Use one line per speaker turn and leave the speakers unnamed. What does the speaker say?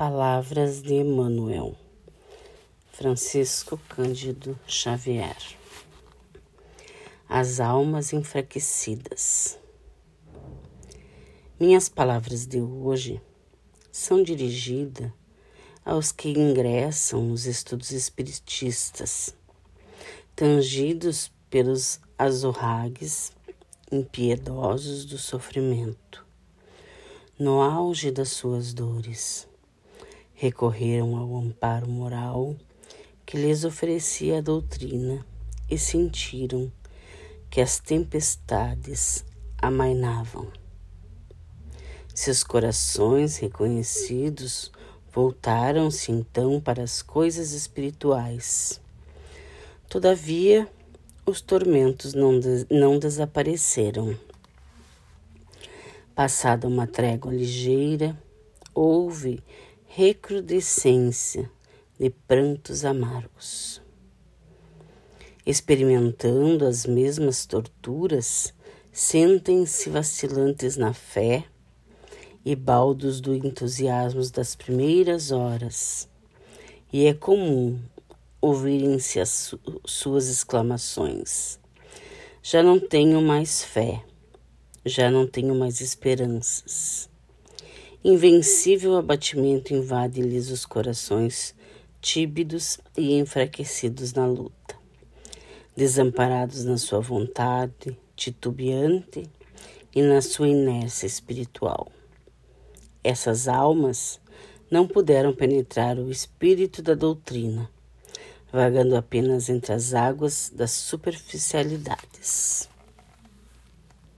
Palavras de Emmanuel, Francisco Cândido Xavier. As almas enfraquecidas. Minhas palavras de hoje são dirigidas aos que ingressam nos estudos espiritistas, tangidos pelos azorragues impiedosos do sofrimento. No auge das suas dores, recorreram ao amparo moral que lhes oferecia a doutrina e sentiram que as tempestades amainavam. Seus corações reconhecidos voltaram-se então para as coisas espirituais. Todavia, os tormentos não desapareceram. Passada uma trégua ligeira, houve recrudescência de prantos amargos. Experimentando as mesmas torturas, sentem-se vacilantes na fé e baldos do entusiasmo das primeiras horas, e é comum ouvirem-se as suas exclamações: já não tenho mais fé, já não tenho mais esperanças. Invencível abatimento invade-lhes os corações tíbidos e enfraquecidos na luta, desamparados na sua vontade titubeante e na sua inércia espiritual. Essas almas não puderam penetrar o espírito da doutrina, vagando apenas entre as águas das superficialidades.